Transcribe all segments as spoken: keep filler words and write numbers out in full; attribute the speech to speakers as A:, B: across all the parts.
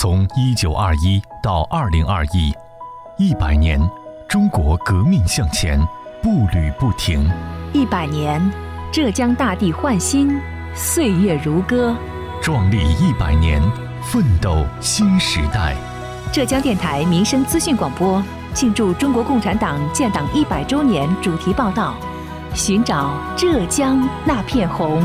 A: 从一九二一到二零二一，一百年，中国革命向前，步履不停。
B: 一百年，浙江大地焕新，岁月如歌。
A: 壮丽一百年，奋斗新时代。
B: 浙江电台民生资讯广播庆祝中国共产党建党一百周年主题报道：寻找浙江那片红。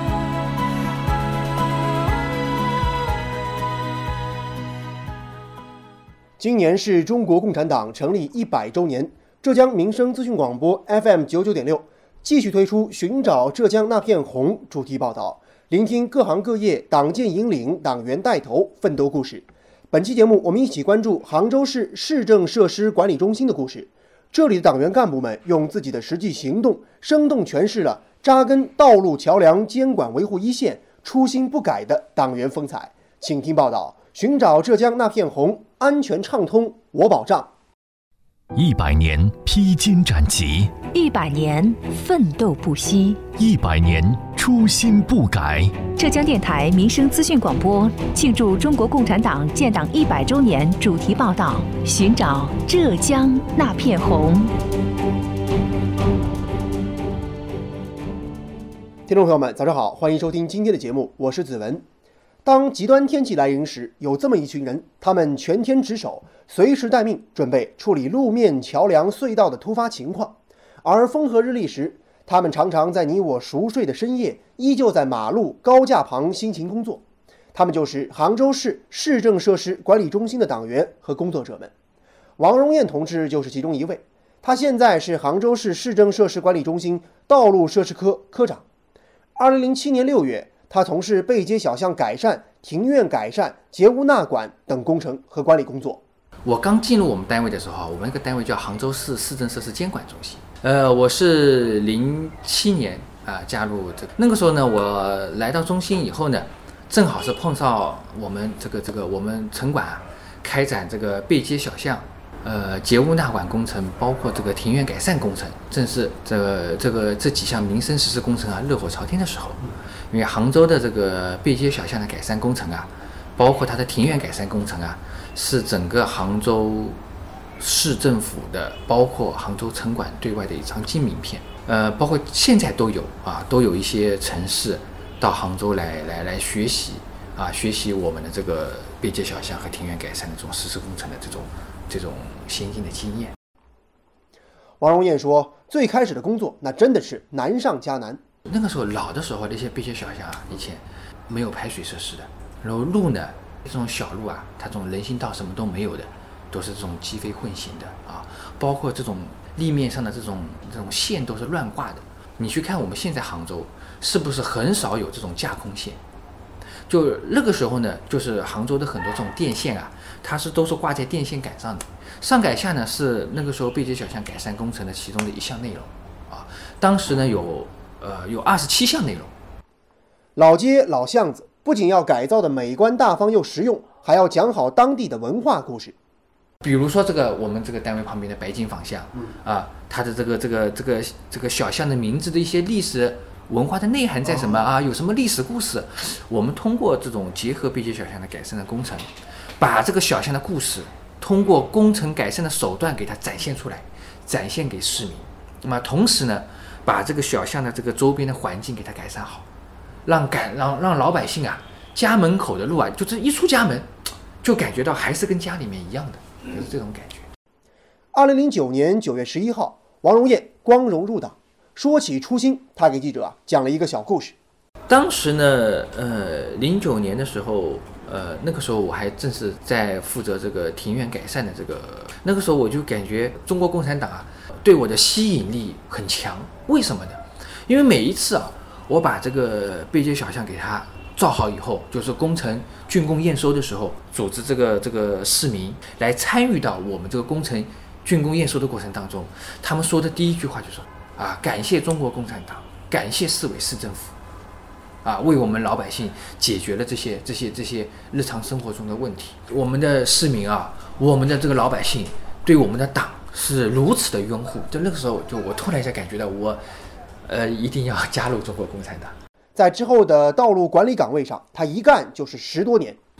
C: 今年是中国共产党成立一百周年，浙江民生资讯广播 F M 九九点六继续推出《寻找浙江那片红》主题报道，聆听各行各业党建引领、党员带头奋斗故事。本期节目，我们一起关注杭州市市政设施管理中心的故事。这里的党员干部们用自己的实际行动，生动诠释了扎根道路桥梁监管维护一线、初心不改的党员风采。请听报道：寻找浙江那片红，安全畅通我保障。
A: 一百年披荆斩棘，
B: 一百年奋斗不息，
A: 一百年初心不改。
B: 浙江电台民生资讯广播庆祝中国共产党建党一百周年主题报道：寻找浙江那片红。
C: 听众朋友们，早上好，欢迎收听今天的节目，我是子文。当极端天气来临时，有这么一群人，他们全天值守，随时待命，准备处理路面、桥梁、隧道的突发情况。而风和日丽时，他们常常在你我熟睡的深夜，依旧在马路高架旁辛勤工作。他们就是杭州市市政设施管理中心的党员和工作者们。王荣燕同志就是其中一位，他现在是杭州市市政设施管理中心道路设施科科长。二零零七年六月，他从事背街小巷改善、庭院改善、洁污纳管等工程和管理工作。
D: 我刚进入我们单位的时候，我们那个单位叫杭州市市政设施监管中心。呃，我是零七年啊、呃、加入这个，那个时候呢，我来到中心以后呢，正好是碰上我们这个这个我们城管啊开展这个背街小巷、呃洁污纳管工程，包括这个庭院改善工程，正是这个这个这几项民生实施工程啊热火朝天的时候。因为杭州的这个背街小巷的改善工程啊，包括它的庭院改善工程啊，是整个杭州市政府的，包括杭州城管对外的一张金名片。呃，包括现在都有啊，都有一些城市到杭州来来来学习啊，学习我们的这个背街小巷和庭院改善的这种实施工程的这种这种先进的经验。
C: 王荣燕说，最开始的工作那真的是难上加难。
D: 那个时候老的时候，那些背街小巷啊，以前没有排水设施的，然后路呢，这种小路啊，它这种人行道什么都没有的，都是这种积非混行的啊，包括这种立面上的这种这种线都是乱挂的。你去看我们现在杭州，是不是很少有这种架空线？就那个时候呢，就是杭州的很多这种电线啊，它是都是挂在电线杆上的。上改下呢，是那个时候背街小巷改善工程的其中的一项内容啊。当时呢有。呃，有二十七项内容。
C: 老街老巷子不仅要改造的美观大方又实用，还要讲好当地的文化故事。
D: 比如说这个我们这个单位旁边的白金坊巷，嗯啊，它的这个这个这个这个小巷的名字的一些历史文化的内涵在什么啊？有什么历史故事？我们通过这种结合背街小巷的改善的工程，把这个小巷的故事通过工程改善的手段给它展现出来，展现给市民。那么同时呢，把这个小巷的这个周边的环境给它改善好，让感让让老百姓啊，家门口的路啊，就这一出家门，就感觉到还是跟家里面一样的，就是这种感觉。
C: 二零零九年九月十一号，王荣燕光荣入党。说起初心，他给记者啊讲了一个小故事。
D: 当时呢，呃，零九年的时候，呃，那个时候我还正是在负责这个庭院改善的这个，那个时候我就感觉中国共产党啊，对我的吸引力很强。为什么呢？因为每一次啊，我把这个背街小巷给它造好以后，就是工程竣工验收的时候，组织这个这个市民来参与到我们这个工程竣工验收的过程当中，他们说的第一句话就是说啊，感谢中国共产党，感谢市委市政府，啊，为我们老百姓解决了这些这些这些日常生活中的问题。我们的市民啊，我们的这个老百姓对我们的党是如此的拥护，就那个时候，就我突然一下感觉到我，呃，一定要加入中国共产党。
C: 在之后的道路管理岗位上，他一干就是十多年。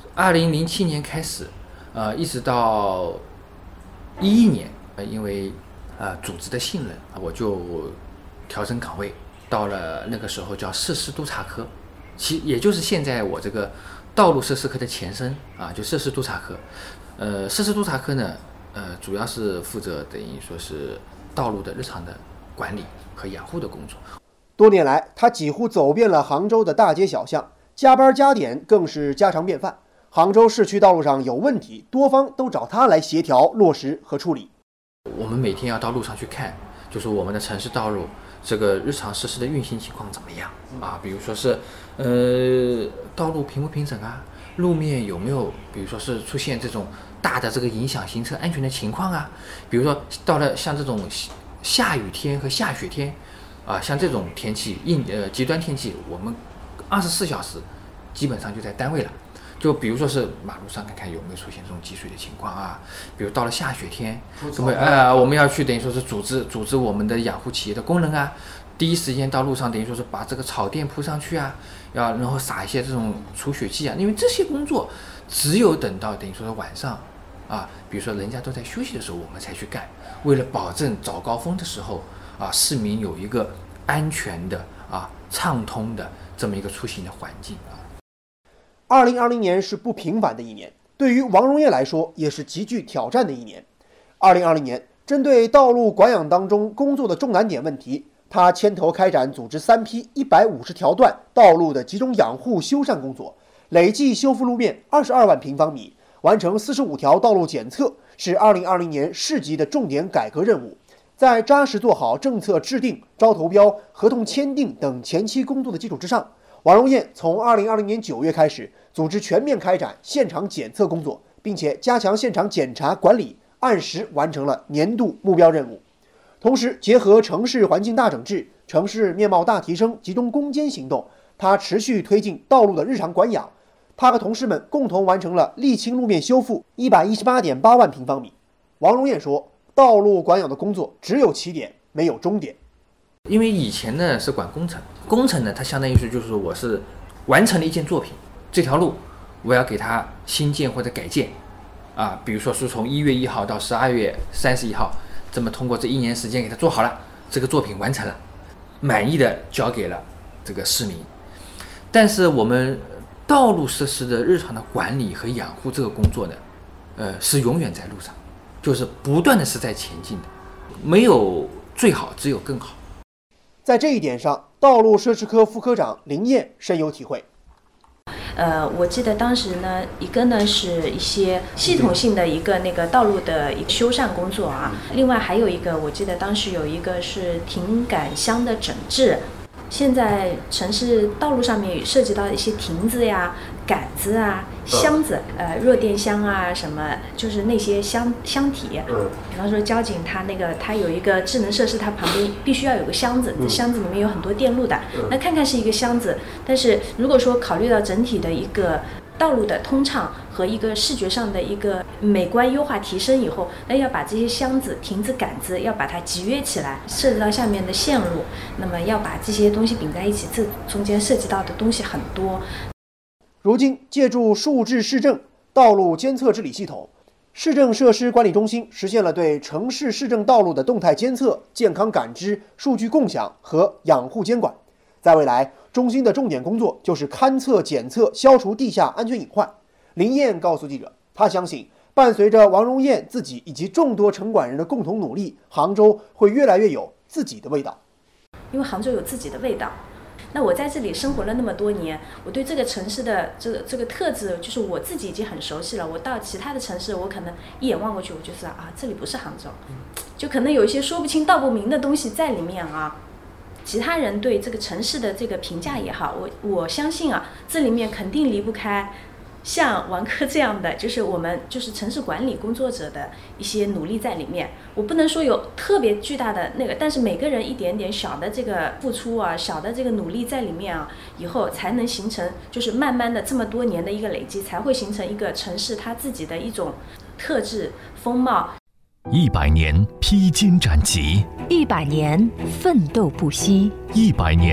D: 二零零七年开始，呃，一直到一一年，呃，因为呃组织的信任，我就调整岗位，到了那个时候叫设施督察科，其也就是现在我这个道路设施科的前身啊，就设施督察科。呃，设施督察科呢，呃，主要是负责等于说是道路的日常的管理和养护的工作。
C: 多年来，他几乎走遍了杭州的大街小巷，加班加点更是家常便饭。杭州市区道路上有问题，多方都找他来协调、落实和处理。
D: 我们每天要到路上去看，就是我们的城市道路这个日常设施的运行情况怎么样啊？比如说是，呃，道路平不平整啊？路面有没有，比如说是出现这种大的这个影响行车安全的情况啊？比如说到了像这种下雨天和下雪天，啊，像这种天气硬呃极端天气，我们二十四小时基本上就在单位了。就比如说是马路上看看有没有出现这种积水的情况啊，比如到了下雪天，那么呃我们要去等于说是组织组织我们的养护企业的工人啊，第一时间到路上等于说是把这个草垫铺上去啊，要然后撒一些这种除雪剂啊，因为这些工作只有等到等于说是晚上啊，比如说人家都在休息的时候我们才去干，为了保证早高峰的时候啊市民有一个安全的啊畅通的这么一个出行的环境啊。
C: 二零二零年是不平凡的一年，对于王荣燕来说也是极具挑战的一年。二零二零年，针对道路管养当中工作的重难点问题，他牵头开展组织三批一百五十条段道路的集中养护修缮工作，累计修复路面二十二万平方米，完成四十五条道路检测，是二零二零年市级的重点改革任务。在扎实做好政策制定、招投标、合同签订等前期工作的基础之上，王荣燕从二零二零年九月开始，组织全面开展现场检测工作，并且加强现场检查管理，按时完成了年度目标任务。同时，结合城市环境大整治、城市面貌大提升集中攻坚行动，他持续推进道路的日常管养。他和同事们共同完成了沥青路面修复一百一十八点八万平方米。王荣燕说，道路管养的工作只有起点，没有终点。
D: 因为以前呢是管工程，工程呢它相当于是就是我是完成了一件作品，这条路我要给它新建或者改建啊，比如说是从一月一号到十二月三十一号，这么通过这一年时间给它做好了，这个作品完成了，满意的交给了这个市民。但是我们道路设施的日常的管理和养护这个工作呢，呃是永远在路上，就是不断的是在前进的，没有最好，只有更好。
C: 在这一点上，道路设施科副科长林燕深有体会。
E: 呃，我记得当时呢，一个呢是一些系统性的一个那个道路的一个修缮工作啊，另外还有一个，我记得当时有一个是停杆箱的整治。现在城市道路上面涉及到一些亭子呀、杆子啊、箱子，呃，弱电箱啊，什么就是那些箱箱体。比方说交警它那个它有一个智能设施，它旁边必须要有个箱子，这箱子里面有很多电路的。那看看是一个箱子，但是如果说考虑到整体的一个道路的通畅和一个视觉上的一个美观优化提升以后，那要把这些箱子、亭子、杆子要把它集约起来，涉及到下面的线路，那么要把这些东西并在一起，这中间涉及到的东西很多。
C: 如今，借助数字市政道路监测治理系统，市政设施管理中心实现了对城市市政道路的动态监测、健康感知、数据共享和养护监管。在未来，中心的重点工作就是勘测、检测、消除地下安全隐患。林燕告诉记者，她相信，伴随着王荣燕自己以及众多城管人的共同努力，杭州会越来越有自己的味道。
E: 因为杭州有自己的味道。那我在这里生活了那么多年，我对这个城市的这个这个特质，就是我自己已经很熟悉了。我到其他的城市，我可能一眼望过去，我就知道啊，这里不是杭州，就可能有一些说不清道不明的东西在里面啊。其他人对这个城市的这个评价也好，我我相信啊，这里面肯定离不开像王科这样的，就是我们就是城市管理工作者的一些努力在里面。我不能说有特别巨大的那个，但是每个人一点点小的这个付出啊，小的这个努力在里面啊，以后才能形成，就是慢慢的这么多年的一个累积，才会形成一个城市它自己的一种特质风貌。
A: 一百年披荆斩棘，
B: 一百年奋斗不息，
A: 一百年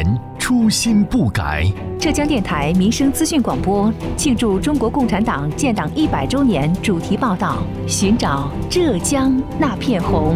A: 初心不改。
B: 浙江电台民生资讯广播庆祝中国共产党建党一百周年主题报道：寻找浙江那片红。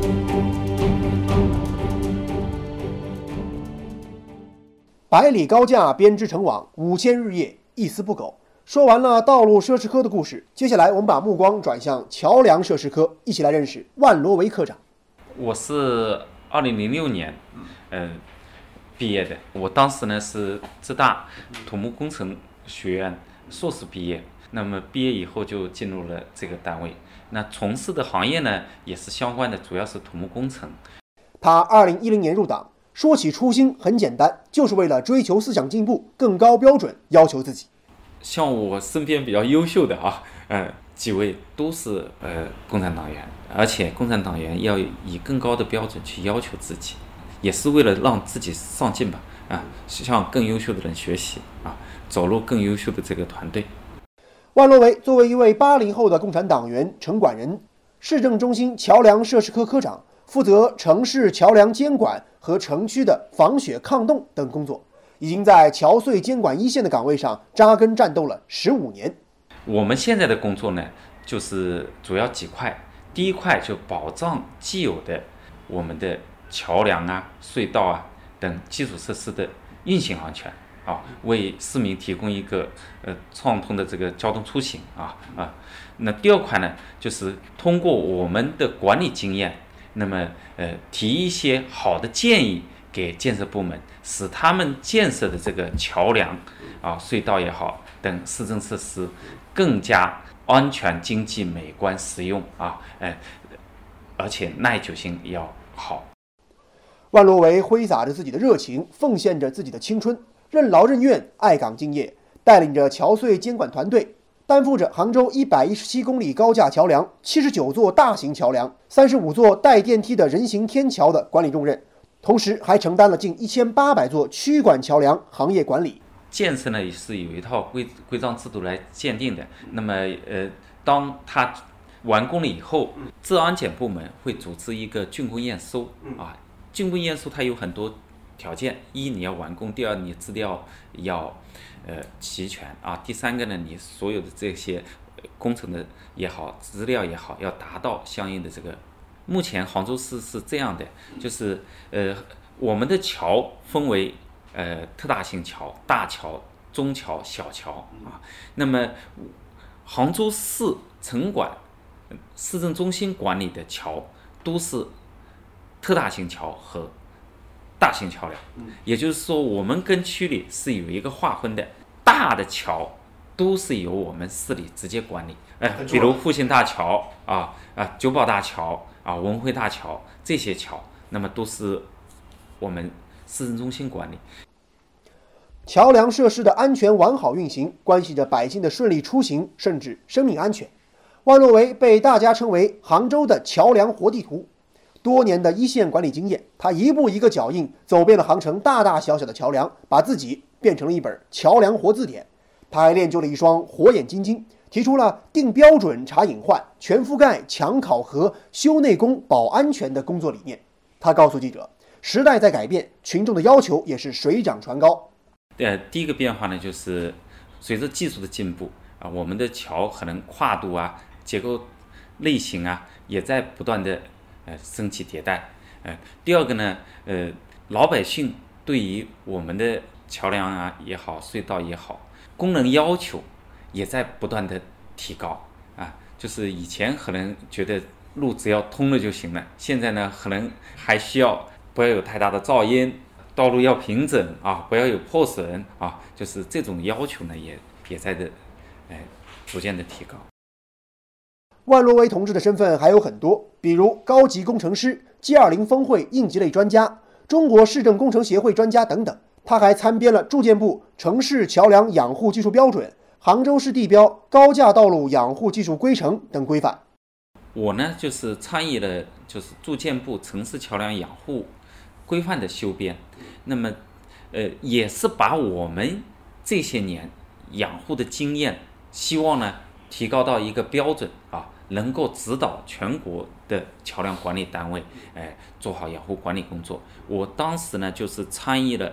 C: 百里高架编织成网，五千日夜一丝不苟。说完了道路设施科的故事，接下来我们把目光转向桥梁设施科，一起来认识万罗维科长。
F: 我是二零零六年，呃，毕业的。我当时呢是浙大土木工程学院硕士毕业，那么毕业以后就进入了这个单位。那从事的行业呢也是相关的，主要是土木工程。
C: 他二零一零年入党，说起初心很简单，就是为了追求思想进步、更高标准，要求自己。
F: 像我身边比较优秀的啊，呃，几位都是呃共产党员，而且共产党员要以更高的标准去要求自己，也是为了让自己上进吧，啊，向更优秀的人学习啊，走入更优秀的这个团队。
C: 万罗维作为一位八零后的共产党员、城管人，市政中心桥梁设施科科长，负责城市桥梁监管和城区的防雪抗冻等工作。已经在桥隧监管一线的岗位上扎根战斗了十五年。
F: 我们现在的工作呢，就是主要几块。第一块就保障既有的我们的桥梁啊、隧道啊等基础设施的运行安全啊，为市民提供一个呃畅通的这个交通出行啊啊。那第二块呢，就是通过我们的管理经验，那么呃提一些好的建议给建设部门，使他们建设的这个桥梁啊、隧道也好等市政设施更加安全、经济、美观、实用啊，呃，而且耐久性要好。
C: 万罗维挥洒着自己的热情，奉献着自己的青春，任劳任怨，爱岗敬业，带领着桥隧监管团队，担负着杭州一百一十七公里高架桥梁、七十九座大型桥梁、三十五座带电梯的人行天桥的管理重任。同时还承担了近一千八百座区管桥梁行业管理。
F: 建设呢也是有一套规规章制度来鉴定的。那么呃，当它完工了以后，治安检部门会组织一个竣工验收啊。竣工验收它有很多条件：一，你要完工；第二，你资料要呃齐全啊；第三个呢，你所有的这些工程的也好，资料也好，要达到相应的这个。目前杭州市是这样的，就是呃，我们的桥分为呃特大型桥、大桥、中桥、小桥啊。那么杭州市城管、市政中心管理的桥都是特大型桥和大型桥梁，也就是说，我们跟区里是有一个划分的，大的桥都是由我们市里直接管理，哎、呃，比如复兴大桥啊啊、九堡大桥。啊，文汇大桥这些桥，那么都是我们市政中心管理。
C: 桥梁设施的安全完好运行，关系着百姓的顺利出行，甚至生命安全。万罗维被大家称为杭州的桥梁活地图。多年的一线管理经验，他一步一个脚印，走遍了杭城大大小小的桥梁，把自己变成了一本桥梁活字典。他还练就了一双火眼金睛，提出了定标准、查隐患、全覆盖、强考核、修内功、保安全的工作理念。他告诉记者，时代在改变，群众的要求也是水涨船高。
F: 呃，第一个变化呢，就是随着技术的进步啊，我们的桥可能跨度啊、结构类型啊，也在不断的呃升级迭代。呃，第二个呢，呃，老百姓对于我们的桥梁啊也好、隧道也好，功能要求也在不断的提高啊，就是以前可能觉得路只要通了就行了，现在呢可能还需要不要有太大的噪音，道路要平整啊，不要有破损啊，就是这种要求呢也也在的，哎，逐渐的提高。
C: 万罗维同志的身份还有很多，比如高级工程师、G 二十峰会应急类专家、中国市政工程协会专家等等。他还参编了住建部城市桥梁养护技术标准、杭州市地标高架道路养护技术规程等规范。
F: 我呢就是参与了就是住建部城市桥梁养护规范的修编，那么呃也是把我们这些年养护的经验，希望呢提高到一个标准啊，能够指导全国的桥梁管理单位，哎，做好养护管理工作。我当时呢就是参与了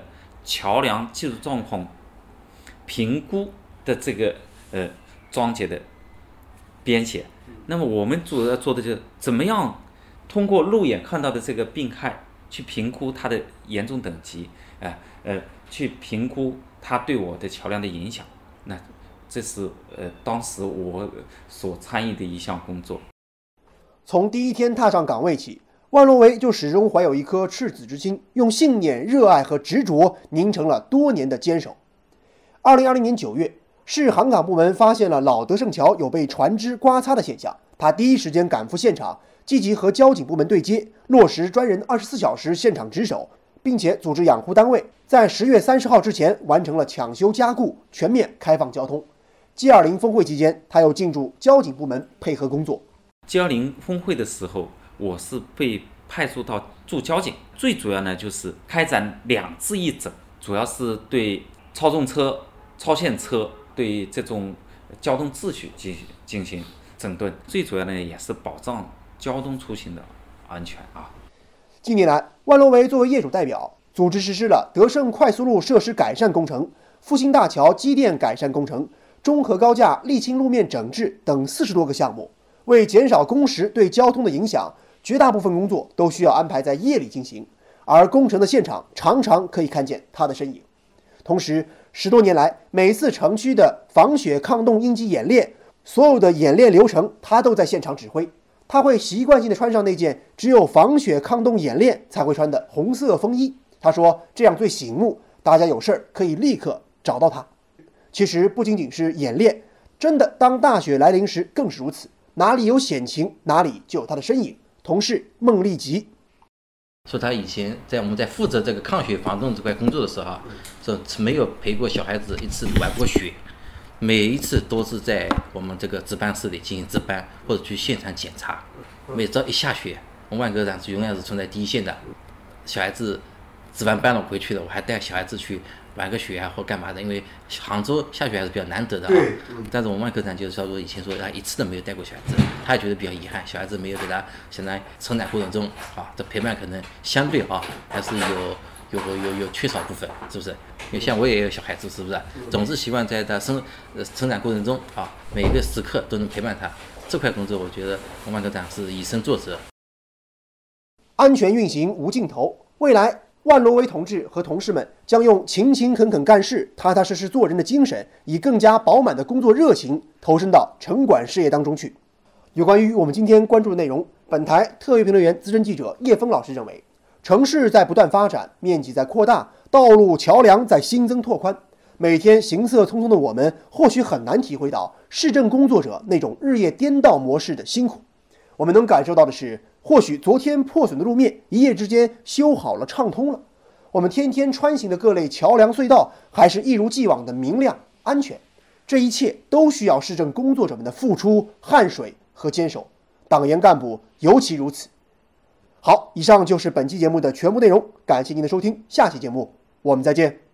F: 桥梁技术状况评估的这个呃章节的编写。那么我们主要做的就是怎么样通过肉眼看到的这个病害去评估它的严重等级，呃呃，去评估它对我的桥梁的影响。那这是呃当时我所参与的一项工作。
C: 从第一天踏上岗位起，万罗维就始终怀有一颗赤子之心，用信念、热爱和执着凝成了多年的坚守。二零二零年九月，市航港部门发现了老德胜桥有被船只刮擦的现象，他第一时间赶赴现场，积极和交警部门对接，落实专人二十四小时现场值守，并且组织养护单位在十月三十号之前完成了抢修加固，全面开放交通。G 二零峰会期间，他又进驻交警部门配合工作。
F: G 二零峰会的时候，我是被派驻到驻交警，最主要呢就是开展两制一整，主要是对超重车、超限车对这种交通秩序进行进行整顿，最主要呢也是保障交通出行的安全啊。
C: 近年来，万罗维作为业主代表，组织实施了德胜快速路设施改善工程、复兴大桥机电改善工程、中河高架沥青路面整治等四十多个项目。为减少工时对交通的影响，绝大部分工作都需要安排在夜里进行，而工程的现场常常可以看见他的身影。同时，十多年来，每次城区的防雪抗冻应急演练，所有的演练流程他都在现场指挥。他会习惯性的穿上那件只有防雪抗冻演练才会穿的红色风衣。他说这样最醒目，大家有事儿可以立刻找到他。其实不仅仅是演练，真的当大雪来临时更是如此，哪里有险情，哪里就有他的身影。同事孟立吉
G: 说，他以前在我们在负责这个抗雪防冻这块工作的时候啊，说没有陪过小孩子一次玩过雪，每一次都是在我们这个值班室里进行值班，或者去现场检查。每朝一下雪，我们万科长是永远是冲在第一线的。小孩子值完班了回去了，我还带小孩子去玩个雪啊或干嘛的，因为杭州下雪还是比较难得的啊。但是我们万科长就是说以前说他一次都没有带过小孩子，他也觉得比较遗憾，小孩子没有给他现在成长过程中啊，这陪伴可能相对啊还是有有有有缺少部分，是不是？因为像我也有小孩子，是不是？总是希望在他生呃成长过程中啊，每一个时刻都能陪伴他。这块工作，我觉得我们万科长是以身作则。
C: 安全运行无尽头，未来万罗维同志和同事们将用勤勤恳恳干事、踏踏实实做人的精神，以更加饱满的工作热情投身到城管事业当中去。有关于我们今天关注的内容，本台特约评论员、资深记者叶峰老师认为，城市在不断发展，面积在扩大，道路桥梁在新增拓宽。每天行色匆匆的我们，或许很难体会到市政工作者那种日夜颠倒模式的辛苦。我们能感受到的是，或许昨天破损的路面，一夜之间修好了、畅通了。我们天天穿行的各类桥梁隧道，还是一如既往的明亮、安全。这一切都需要市政工作者们的付出、汗水和坚守，党员干部尤其如此。好，以上就是本期节目的全部内容，感谢您的收听，下期节目我们再见。